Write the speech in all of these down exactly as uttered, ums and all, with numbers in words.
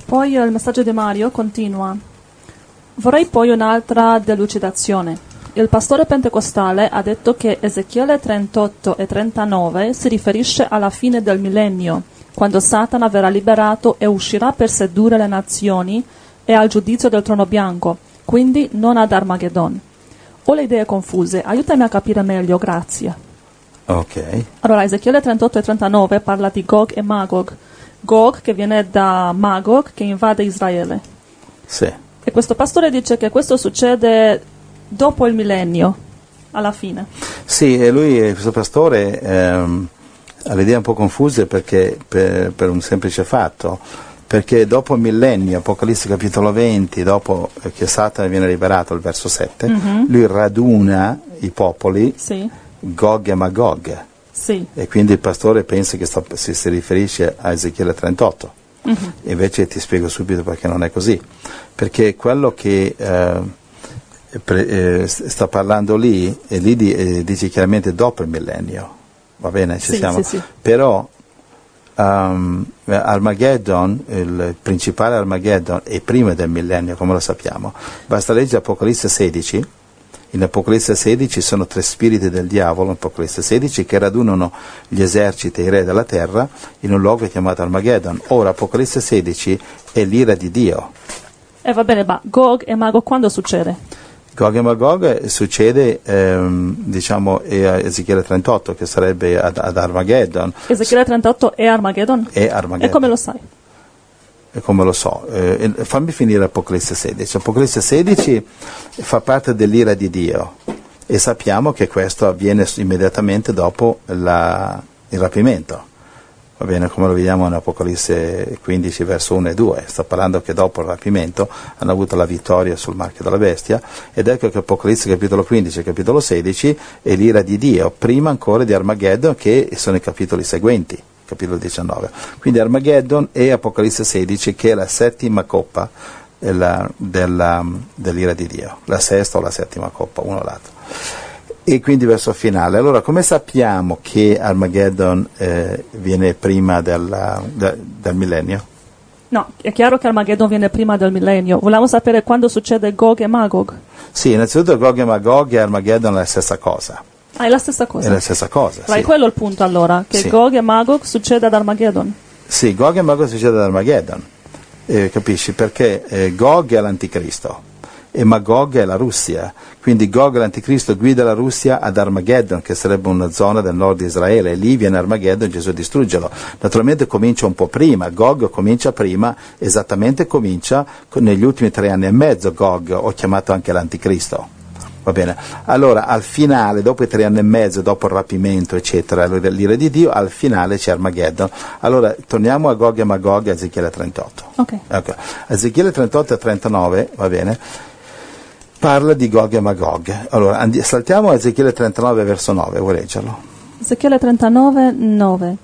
Poi il messaggio di Mario continua. Vorrei poi un'altra delucidazione. Il pastore pentecostale ha detto che Ezechiele trentotto e trentanove si riferisce alla fine del millennio, quando Satana verrà liberato e uscirà per sedurre le nazioni e al giudizio del trono bianco, quindi non ad Armageddon. Ho le idee confuse, aiutami a capire meglio, grazie. Ok. Allora, Ezechiele trentotto e trentanove parla di Gog e Magog. Gog che viene da Magog che invade Israele. Sì. E questo pastore dice che questo succede dopo il millennio, alla fine. Sì, e lui, questo pastore, ehm, ha le idee un po' confuse perché per, per un semplice fatto, perché dopo il millennio, Apocalisse capitolo venti, dopo che Satana viene liberato, il verso sette, mm-hmm. lui raduna i popoli, sì. Gog e Magog, sì. e quindi il pastore pensa che sto, si, si riferisce a Ezechiele trentotto, mm-hmm. invece ti spiego subito perché non è così, perché quello che eh, pre, eh, sta parlando lì, e lì di, eh, dice chiaramente dopo il millennio, va bene, ci sì, siamo, sì, sì. però um, Armageddon, il principale Armageddon è prima del millennio, come lo sappiamo, basta leggere Apocalisse sedici. In Apocalisse sedici sono tre spiriti del diavolo, in Apocalisse sedici, che radunano gli eserciti e i re della terra in un luogo chiamato Armageddon. Ora Apocalisse sedici è l'ira di Dio. E eh, va bene, ma Gog e Magog quando succede? Gog e Magog succede, ehm, diciamo, a Ezechiele trentotto, che sarebbe ad, ad Armageddon. Ezechiele trentotto è Armageddon? È Armageddon. E come lo sai? E come lo so, eh, fammi finire Apocalisse sedici. Apocalisse sedici fa parte dell'ira di Dio e sappiamo che questo avviene immediatamente dopo la, il rapimento, va bene, come lo vediamo in Apocalisse quindici verso uno e due, sta parlando che dopo il rapimento hanno avuto la vittoria sul marchio della bestia, ed ecco che Apocalisse capitolo quindici e capitolo sedici è l'ira di Dio, prima ancora di Armageddon, che sono i capitoli seguenti. Capitolo diciannove. Quindi Armageddon e Apocalisse sedici, che è la settima coppa della, della, dell'ira di Dio, la sesta o la settima coppa, uno o l'altro. E quindi verso finale. Allora, come sappiamo che Armageddon eh, viene prima della, de, del millennio? No, è chiaro che Armageddon viene prima del millennio. Volevamo sapere quando succede Gog e Magog. Sì, innanzitutto Gog e Magog e Armageddon è la stessa cosa. Ah, è la stessa cosa. È la stessa cosa. Ma sì. è quello il punto allora, che sì. Gog e Magog succede ad Armageddon. Sì, Gog e Magog succede ad Armageddon, eh, capisci? Perché eh, Gog è l'anticristo e Magog è la Russia, quindi Gog l'anticristo guida la Russia ad Armageddon, che sarebbe una zona del nord di Israele, e lì viene Armageddon, Gesù distruggerlo. Naturalmente comincia un po' prima, Gog comincia prima, esattamente comincia negli ultimi tre anni e mezzo Gog, ho chiamato anche l'anticristo. Va bene, allora al finale, dopo i tre anni e mezzo, dopo il rapimento, eccetera, l'ira di Dio, al finale c'è Armageddon. Allora torniamo a Gog e Magog, a Ezechiele trentotto. Ok. Okay. Ezechiele trentotto e trentanove, va bene, parla di Gog e Magog. Allora andi- saltiamo a Ezechiele trentanove verso nove, vuoi leggerlo? Ezechiele trentanove, nove.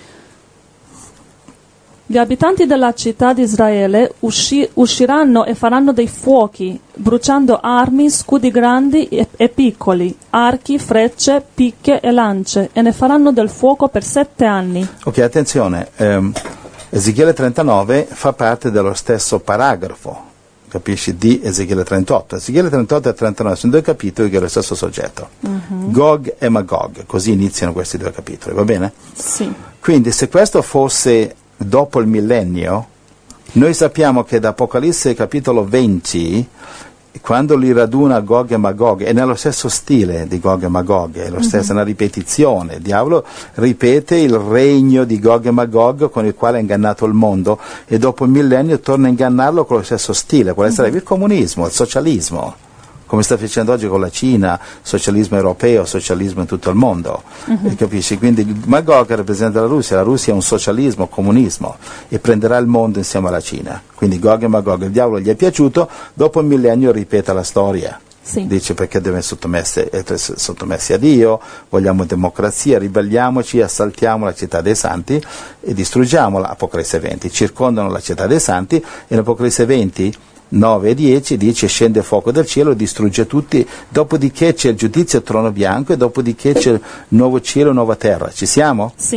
Gli abitanti della città di Israele usci- usciranno e faranno dei fuochi, bruciando armi, scudi grandi e, e piccoli, archi, frecce, picche e lance, e ne faranno del fuoco per sette anni. Ok, attenzione, ehm, Ezechiele trentanove fa parte dello stesso paragrafo, capisci, di Ezechiele trentotto. Ezechiele trentotto e trentanove sono due capitoli che è lo stesso soggetto. Uh-huh. Gog e Magog, così iniziano questi due capitoli, va bene? Sì. Quindi se questo fosse dopo il millennio, noi sappiamo che da Apocalisse capitolo venti, quando li raduna Gog e Magog, è nello stesso stile di Gog e Magog, è lo stesso, mm-hmm. una ripetizione. Il diavolo ripete il regno di Gog e Magog con il quale ha ingannato il mondo, e dopo il millennio torna a ingannarlo con lo stesso stile, quale mm-hmm. sarebbe il comunismo, il socialismo, come sta facendo oggi con la Cina, socialismo europeo, socialismo in tutto il mondo, uh-huh. capisci? Quindi Magog rappresenta la Russia, la Russia è un socialismo, comunismo, e prenderà il mondo insieme alla Cina. Quindi Gog e Magog, il diavolo gli è piaciuto, dopo il millennio ripeta la storia. Sì. Dice perché deve essere sottomessi a Dio, vogliamo democrazia, ribelliamoci, assaltiamo la città dei santi e distruggiamola. Apocalisse venti, circondano la città dei santi, e in Apocalisse venti nove e dieci dice scende fuoco dal cielo e distrugge tutti, dopodiché c'è il giudizio al trono bianco e dopodiché c'è il nuovo cielo e nuova terra. Ci siamo? Sì.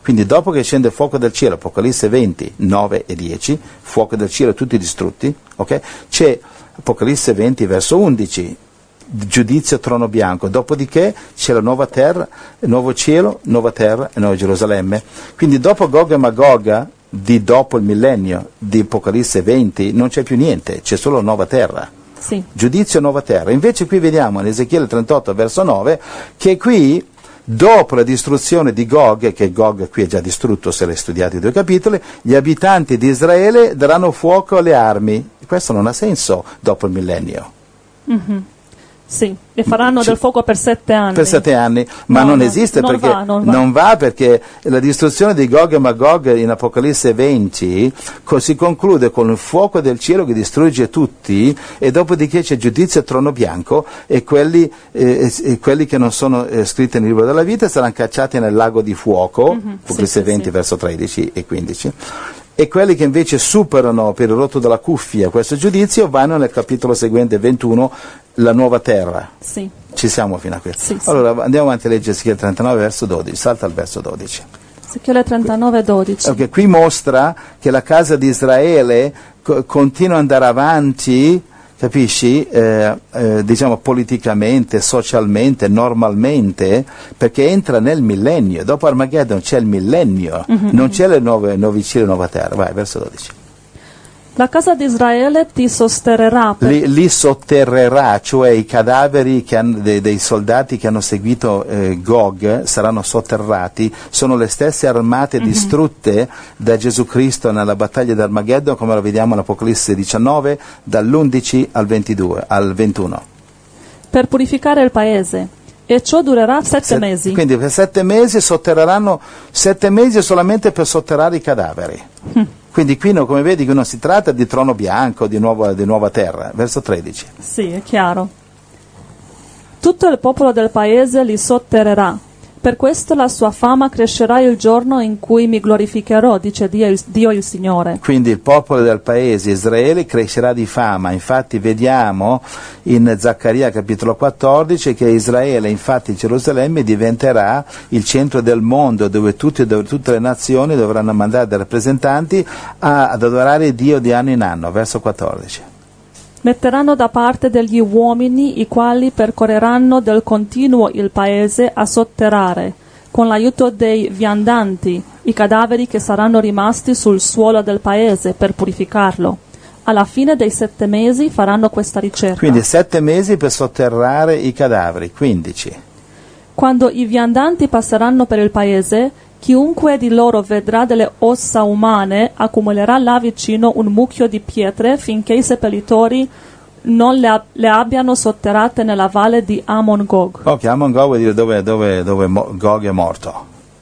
Quindi dopo che scende il fuoco del cielo, Apocalisse venti, nove e dieci, fuoco del cielo tutti distrutti, ok? C'è Apocalisse venti verso undici, giudizio trono bianco, dopodiché c'è la nuova terra, nuovo cielo, nuova terra e nuova Gerusalemme. Quindi dopo Gog e Magog, di dopo il millennio di Apocalisse venti, non c'è più niente, c'è solo nuova terra. Sì. Giudizio nuova terra. Invece qui vediamo in Ezechiele trentotto verso nove che qui dopo la distruzione di Gog, che Gog qui è già distrutto se l'hai studiato i due capitoli, gli abitanti di Israele daranno fuoco alle armi. Questo non ha senso dopo il millennio. Mm-hmm. Sì, e faranno Sì. del fuoco per sette anni. Per sette anni, ma No, non no, esiste non perché va, non va. non va perché la distruzione di Gog e Magog in Apocalisse venti co- si conclude con il fuoco del cielo che distrugge tutti e dopodiché c'è giudizio a trono bianco e quelli, eh, e quelli che non sono eh, scritti nel libro della vita saranno cacciati nel lago di fuoco, Mm-hmm. Apocalisse Sì, sì, venti sì. verso tredici e quindici. E quelli che invece superano per il rotto della cuffia questo giudizio vanno nel capitolo seguente ventuno, la nuova terra. Sì. Ci siamo fino a qui. Sì, sì. Allora andiamo avanti a leggere Ezechiele trentanove verso dodici, salta al verso dodici. Ezechiele trentanove dodici. Okay, qui mostra che la casa di Israele co- continua ad andare avanti, capisci, eh, eh, diciamo politicamente, socialmente, normalmente, perché entra nel millennio. Dopo Armageddon c'è il millennio, Mm-hmm. non c'è le nuove, nuovi cieli e nuova terra. Vai, verso dodici. La casa di Israele ti sosterrerà per... Li, li sotterrerà, cioè i cadaveri che hanno, dei, dei soldati che hanno seguito eh, Gog saranno sotterrati, sono le stesse armate Mm-hmm. distrutte da Gesù Cristo nella battaglia di Armageddon, come lo vediamo in Apocalisse diciannove, dall'undici al ventidue, al ventuno. per purificare il paese, e ciò durerà sette Set- mesi. Quindi per sette mesi sotterreranno, sette mesi solamente per sotterrare i cadaveri. Quindi qui, no, come vedi, non si tratta di trono bianco, di nuova, di nuova terra. Verso tredici. Sì, è chiaro. Tutto il popolo del paese li sotterrerà. Per questo la sua fama crescerà il giorno in cui mi glorificherò, dice Dio il, Dio il Signore. Quindi il popolo del paese Israele crescerà di fama. Infatti vediamo in Zaccaria capitolo quattordici che Israele, infatti Gerusalemme, diventerà il centro del mondo dove, tutti, dove tutte le nazioni dovranno mandare dei rappresentanti a, ad adorare Dio di anno in anno. Verso quattordici. Metteranno da parte degli uomini i quali percorreranno del continuo il paese a sotterrare, con l'aiuto dei viandanti, i cadaveri che saranno rimasti sul suolo del paese per purificarlo. Alla fine dei sette mesi faranno questa ricerca. Quindi sette mesi per sotterrare i cadaveri. quindici. Quando i viandanti passeranno per il paese, chiunque di loro vedrà delle ossa umane accumulerà là vicino un mucchio di pietre finché i seppellitori non le, ab- le abbiano sotterrate nella valle di Amon Gog. Ok, Amon Gog vuol dire dove, dove, dove Mo- Gog è morto.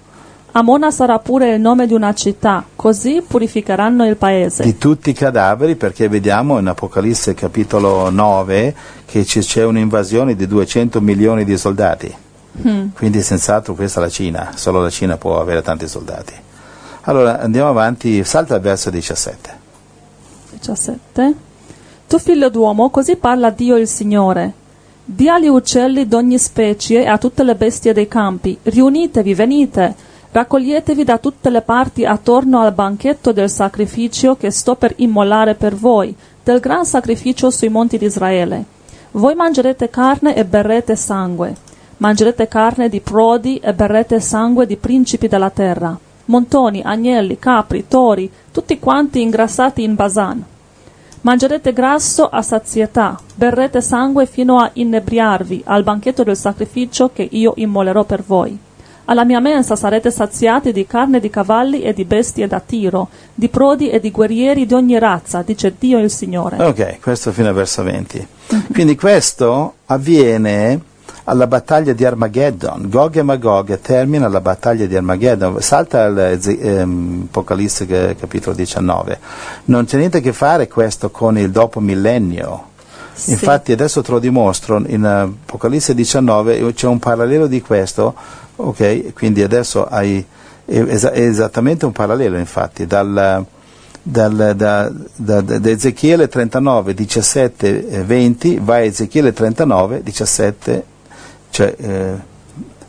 Amona sarà pure il nome di una città, così purificheranno il paese. Di tutti i cadaveri, perché vediamo in Apocalisse capitolo nove che ci- c'è un'invasione di duecento milioni di soldati. Hmm. Quindi senz'altro questa è la Cina, solo la Cina può avere tanti soldati. Allora andiamo avanti, salta al verso diciassette. diciassette. Tu figlio d'uomo, così parla Dio il Signore. Di agli uccelli d'ogni specie e a tutte le bestie dei campi, riunitevi, venite, raccoglietevi da tutte le parti attorno al banchetto del sacrificio che sto per immolare per voi, del gran sacrificio sui monti di Israele. Voi mangerete carne e berrete sangue. Mangerete carne di prodi e berrete sangue di principi della terra, montoni, agnelli, capri, tori, tutti quanti ingrassati in Basan. Mangerete grasso a sazietà, berrete sangue fino a inebriarvi al banchetto del sacrificio che io immolerò per voi. Alla mia mensa sarete saziati di carne di cavalli e di bestie da tiro, di prodi e di guerrieri di ogni razza, dice Dio il Signore. Ok, questo fino al verso venti. Quindi questo avviene alla battaglia di Armageddon. Gog e Magog termina la battaglia di Armageddon. Salta al ehm, Apocalisse capitolo diciannove. Non c'è niente a che fare questo con il dopo millennio. Sì. Infatti adesso te lo dimostro, in Apocalisse diciannove c'è un parallelo di questo, ok? Quindi adesso hai è, es- è esattamente un parallelo, infatti, dal Dal, da, da, da Ezechiele trentanove, diciassette, venti, vai a Ezechiele trentanove, diciassette, cioè eh,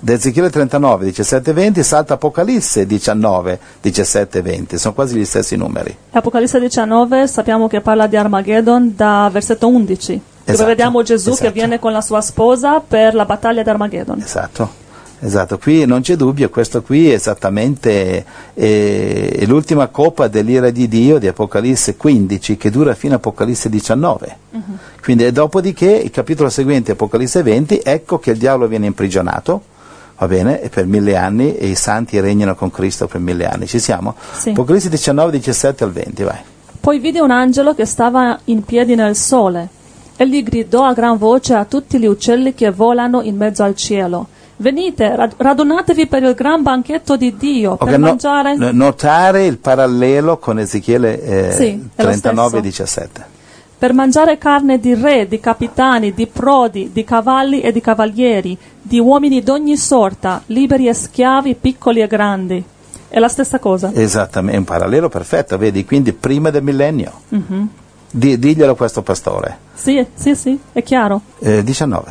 Da Ezechiele trentanove, diciassette venti salta Apocalisse diciannove, diciassette venti, sono quasi gli stessi numeri. Apocalisse diciannove sappiamo che parla di Armageddon da versetto undici, Esatto, dove vediamo Gesù esatto. che viene con la sua sposa per la battaglia di Armageddon. Esatto. Esatto, qui non c'è dubbio, questo qui è esattamente eh, è l'ultima coppa dell'ira di Dio di Apocalisse quindici che dura fino a Apocalisse diciannove. Uh-huh. Quindi e dopodiché il capitolo seguente, Apocalisse venti, ecco che il diavolo viene imprigionato, va bene, e per mille anni e i santi regnano con Cristo per mille anni. Ci siamo? Sì. Apocalisse diciannove, diciassette al venti, vai. Poi vide un angelo che stava in piedi nel sole e gli gridò a gran voce a tutti gli uccelli che volano in mezzo al cielo: venite, rad- radunatevi per il gran banchetto di Dio, Okay, per no, mangiare... no, notare il parallelo con Ezechiele eh, Sì, è lo trentanove stesso. diciassette. per mangiare carne di re, di capitani, di prodi, di cavalli e di cavalieri, di uomini d'ogni sorta, liberi e schiavi, piccoli e grandi. È la stessa cosa. Esattamente, è un parallelo perfetto, vedi, quindi prima del millennio. Mm-hmm. Di, diglielo a questo pastore. Sì, sì, sì, è chiaro. Eh, diciannove.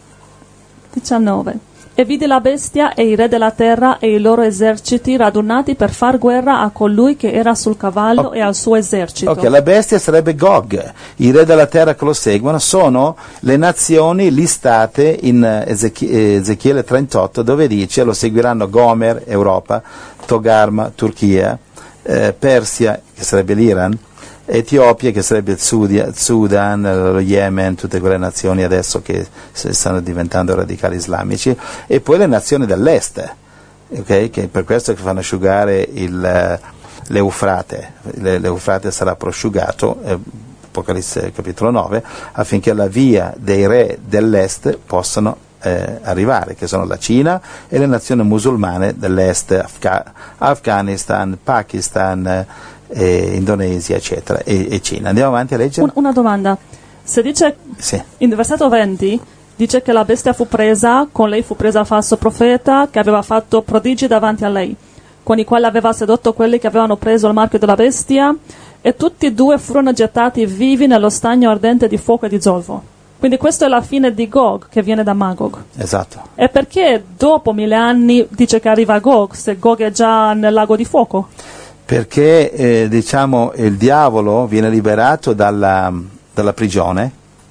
diciannove. E vidi la bestia e i re della terra e i loro eserciti radunati per far guerra a colui che era sul cavallo Ok. e al suo esercito. Ok, la bestia sarebbe Gog, i re della terra che lo seguono sono le nazioni listate in Ezechi- Ezechiele trentotto, dove dice lo seguiranno Gomer, Europa, Togarma, Turchia, eh, Persia, che sarebbe l'Iran, Etiopia, che sarebbe il Sudia- Sudan, lo Yemen, tutte quelle nazioni adesso che s- stanno diventando radicali islamici, e poi le nazioni dell'est, okay? Che per questo che fanno asciugare il, eh, l'Eufrate, Le, l'Eufrate sarà prosciugato, eh, Apocalisse capitolo nove, affinché la via dei re dell'est possano eh, arrivare, che sono la Cina e le nazioni musulmane dell'est, Afga- Afghanistan, Pakistan, eh, Indonesia, eccetera, e, e Cina. Andiamo avanti a leggere? Un- una domanda. Se dice, Sì. in versetto venti, dice che la bestia fu presa, con lei fu presa il falso profeta che aveva fatto prodigi davanti a lei, con i quali aveva sedotto quelli che avevano preso il marchio della bestia, e tutti e due furono gettati vivi nello stagno ardente di fuoco e di zolfo. Quindi questa è la fine di Gog, che viene da Magog. Esatto. E perché dopo mille anni dice che arriva Gog, se Gog è già nel lago di fuoco? Perché eh, diciamo il diavolo viene liberato dalla, dalla prigione,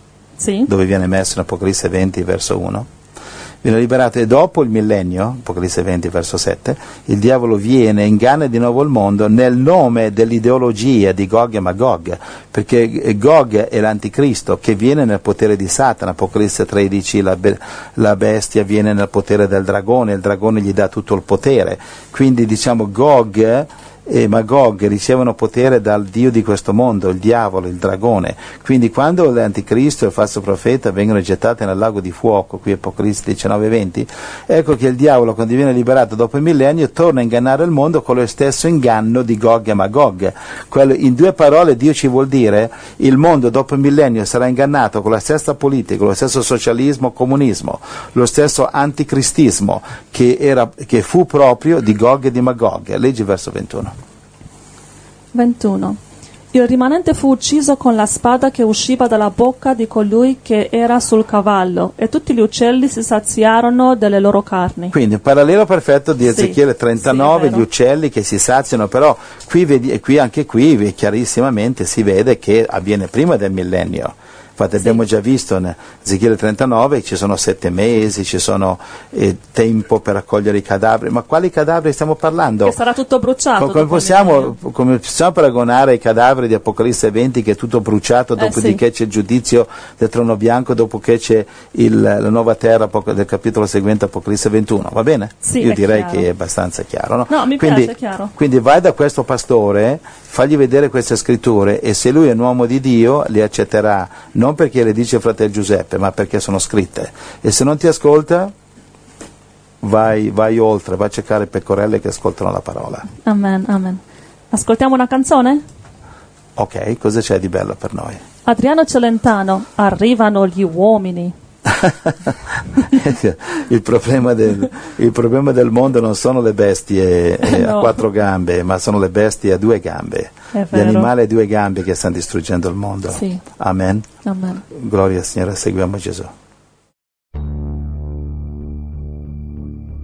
Sì. dove viene messo in Apocalisse venti verso uno, viene liberato, e dopo il millennio, Apocalisse venti verso sette, il diavolo viene e inganna di nuovo il mondo nel nome dell'ideologia di Gog e Magog, perché Gog è l'anticristo che viene nel potere di Satana. Apocalisse tredici, la, be- la bestia viene nel potere del dragone, il dragone gli dà tutto il potere, quindi diciamo Gog e Magog ricevono potere dal dio di questo mondo, il diavolo, il dragone. Quindi quando l'anticristo e il falso profeta vengono gettati nel lago di fuoco, qui Apocalisse diciannove venti, ecco che il diavolo, quando viene liberato dopo il millennio, torna a ingannare il mondo con lo stesso inganno di Gog e Magog. Quello, in due parole Dio ci vuol dire: il mondo dopo il millennio sarà ingannato con la stessa politica, lo stesso socialismo, comunismo, lo stesso anticristismo che, era, che fu proprio di Gog e di Magog. Leggi verso ventuno. ventuno. Il rimanente fu ucciso con la spada che usciva dalla bocca di colui che era sul cavallo, e tutti gli uccelli si saziarono delle loro carni. Quindi un parallelo perfetto di Ezechiele Sì, trentanove, sì, è gli vero. uccelli che si saziano, però qui, vedi, e qui anche qui chiarissimamente si vede che avviene prima del millennio. Infatti abbiamo già visto in Ezechiele trentanove ci sono sette mesi, ci sono eh, tempo per raccogliere i cadaveri, ma quali cadaveri stiamo parlando? Che sarà tutto bruciato. Co- Come dopo il possiamo, millennio. come possiamo paragonare ai cadaveri di Apocalisse venti, che è tutto bruciato, Eh, dopodiché c'è il giudizio del trono bianco, dopo che c'è il, la nuova terra apoc- del capitolo seguente, Apocalisse ventuno, va bene? Sì, Io è direi chiaro. che è abbastanza chiaro. No, No, mi quindi, piace, è chiaro. quindi vai da questo pastore, fagli vedere queste scritture, e se lui è un uomo di Dio le accetterà, non perché le dice fratello Giuseppe, ma perché sono scritte. E se non ti ascolta, vai, vai oltre, vai a cercare pecorelle che ascoltano la parola. Amen, amen. Ascoltiamo una canzone? Ok, cosa c'è di bello per noi? Adriano Celentano, Arrivano gli uomini. il, problema del, il problema del mondo non sono le bestie eh, No. a quattro gambe, ma sono le bestie a due gambe, È gli vero. animali a due gambe che stanno distruggendo il mondo. Sì. Amen. Amen. Gloria al Signore, seguiamo Gesù.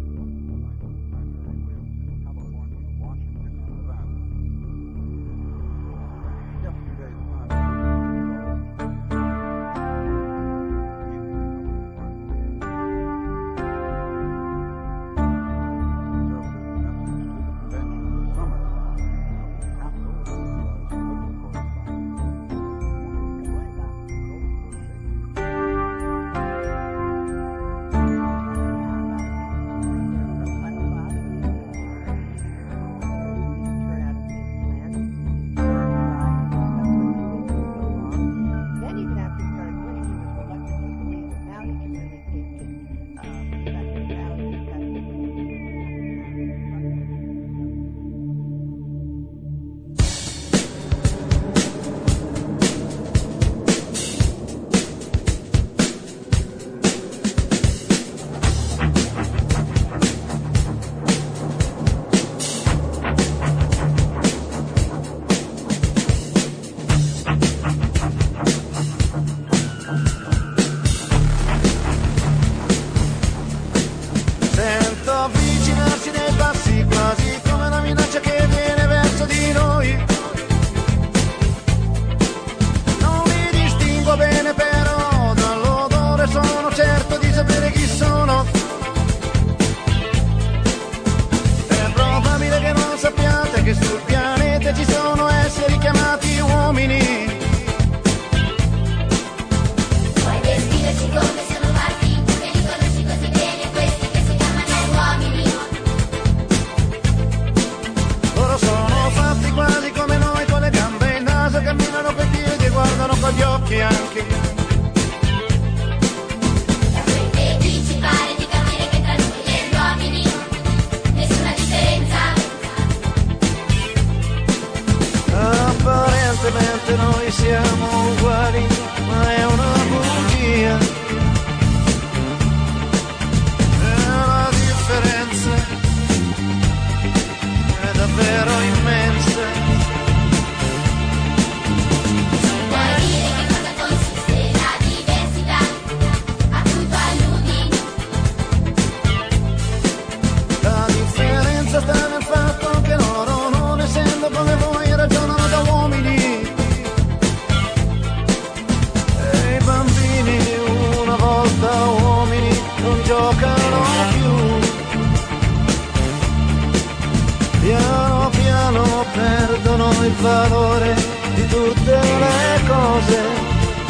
occhi anche. Da quel che dici pare di capire che tra noi e gli uomini nessuna differenza. Apparentemente noi siamo uguali, ma è una bugia. E la differenza è davvero immensa. Vuoi dire che cosa consiste la diversità a cui tu alludi? La differenza sta nel fatto che loro, non essendo come voi, ragionano da uomini. E i bambini, una volta uomini, non giocano più. Piano piano perdono il valore di tutte le cose.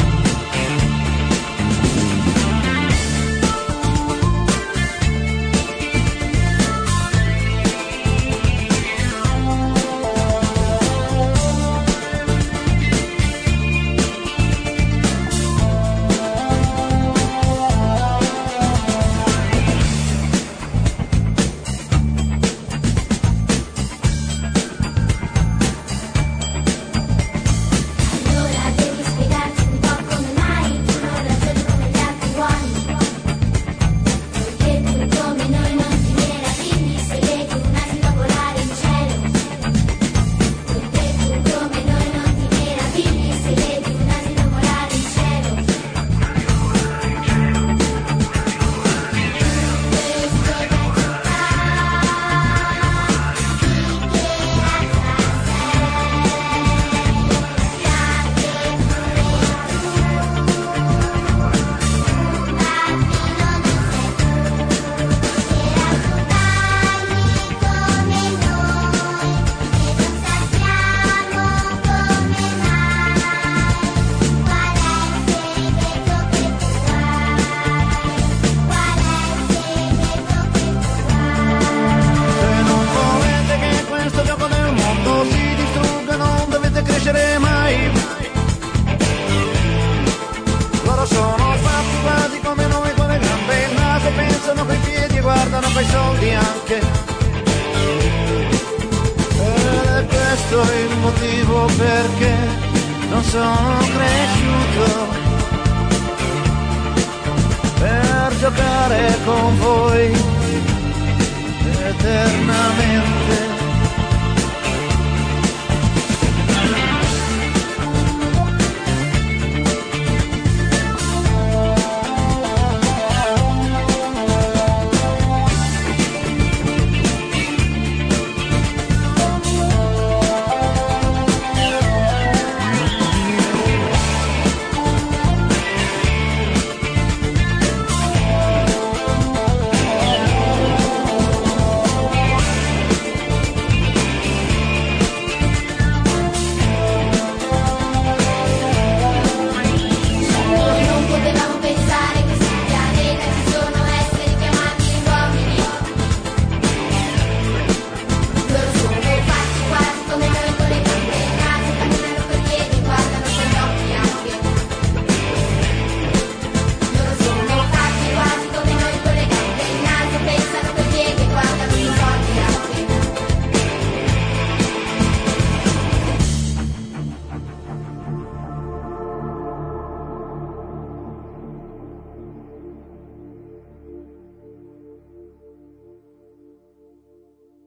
Allora devi spiegarci un po' come mai tu non ragioni come gli altri uomini. Poiché tu come noi non ti meravigli se vedi un asino volare in cielo. Poiché tu come noi non ti meravigli se vedi un asino volare in cielo. Questo è Se non volete che questo gioco del mondo si distrugga, non dovete crescere mai. Loro sono fatti quasi come noi, con le gambe e il naso, pensano coi piedi e guardano coi soldi anche. Ed è questo il motivo perché non sono cresciuto per giocare con voi eternamente.